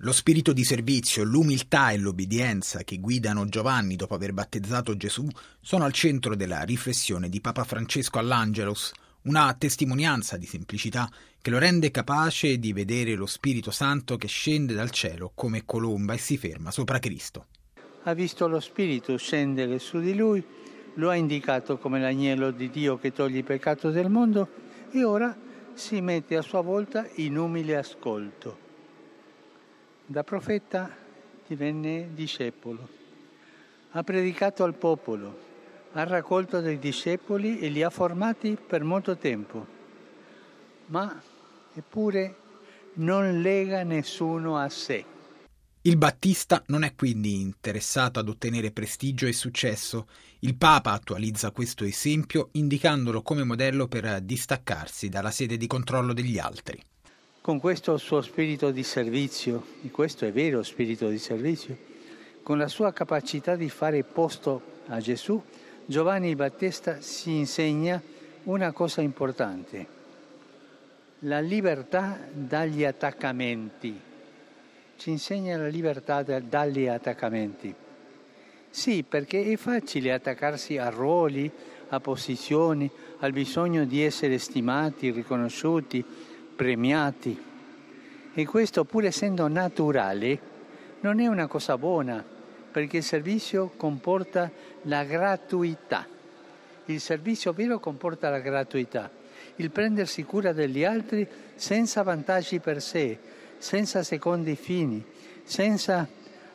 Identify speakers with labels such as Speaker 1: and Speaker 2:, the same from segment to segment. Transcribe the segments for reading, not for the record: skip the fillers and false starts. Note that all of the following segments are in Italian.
Speaker 1: Lo spirito di servizio, l'umiltà e l'obbedienza che guidano Giovanni dopo aver battezzato Gesù sono al centro della riflessione di Papa Francesco all'Angelus, una testimonianza di semplicità che lo rende capace di vedere lo Spirito Santo che scende dal cielo come colomba e si ferma sopra Cristo.
Speaker 2: Ha visto lo Spirito scendere su di lui, lo ha indicato come l'agnello di Dio che toglie il peccato del mondo e ora si mette a sua volta in umile ascolto. Da profeta divenne discepolo, ha predicato al popolo, ha raccolto dei discepoli e li ha formati per molto tempo, ma eppure non lega nessuno a sé.
Speaker 1: Il Battista non è quindi interessato ad ottenere prestigio e successo. Il Papa attualizza questo esempio indicandolo come modello per distaccarsi dalla sede di controllo degli altri.
Speaker 2: Con questo suo spirito di servizio, e questo è vero spirito di servizio, con la sua capacità di fare posto a Gesù, Giovanni il Battista si insegna una cosa importante: la libertà dagli attaccamenti. Ci insegna la libertà dagli attaccamenti. Sì, perché è facile attaccarsi a ruoli, a posizioni, al bisogno di essere stimati, riconosciuti, premiati. E questo, pur essendo naturale, non è una cosa buona, perché il servizio comporta la gratuità. Il servizio vero comporta la gratuità, il prendersi cura degli altri senza vantaggi per sé, senza secondi fini, senza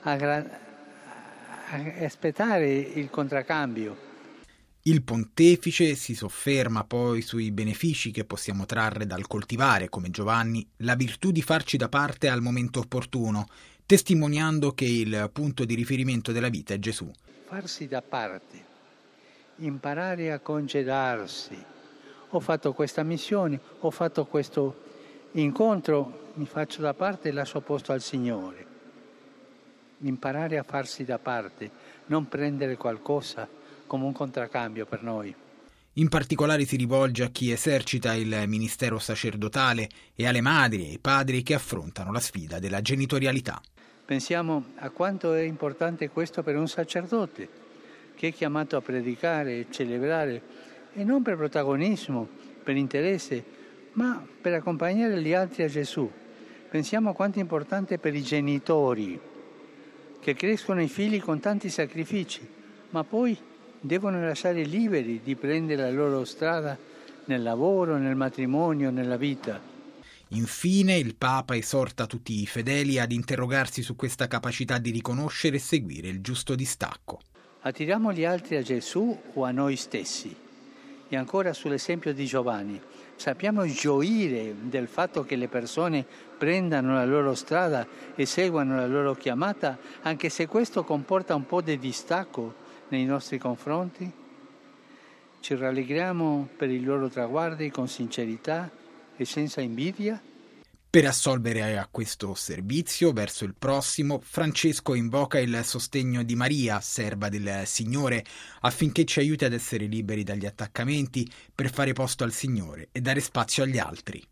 Speaker 2: aspettare il contraccambio.
Speaker 1: Il pontefice si sofferma poi sui benefici che possiamo trarre dal coltivare, come Giovanni, la virtù di farci da parte al momento opportuno, testimoniando che il punto di riferimento della vita è Gesù.
Speaker 2: Farsi da parte, imparare a congedarsi. Ho fatto questa missione, ho fatto questo incontro, mi faccio da parte e lascio posto al Signore. Imparare a farsi da parte, non prendere qualcosa come un contraccambio per noi.
Speaker 1: In particolare si rivolge a chi esercita il ministero sacerdotale e alle madri e ai padri che affrontano la sfida della genitorialità.
Speaker 2: Pensiamo a quanto è importante questo per un sacerdote, che è chiamato a predicare e celebrare, e non per protagonismo, per interesse, ma per accompagnare gli altri a Gesù. Pensiamo a quanto è importante per i genitori, che crescono i figli con tanti sacrifici, ma poi devono lasciare liberi di prendere la loro strada nel lavoro, nel matrimonio, nella vita.
Speaker 1: Infine il Papa esorta tutti i fedeli ad interrogarsi su questa capacità di riconoscere e seguire il giusto distacco.
Speaker 2: Attiriamo gli altri a Gesù o a noi stessi? E ancora sull'esempio di Giovanni, sappiamo gioire del fatto che le persone prendano la loro strada e seguano la loro chiamata, anche se questo comporta un po' di distacco nei nostri confronti? Ci rallegriamo per i loro traguardi con sincerità e senza invidia?
Speaker 1: Per assolvere a questo servizio verso il prossimo, Francesco invoca il sostegno di Maria, serva del Signore, affinché ci aiuti ad essere liberi dagli attaccamenti, per fare posto al Signore e dare spazio agli altri.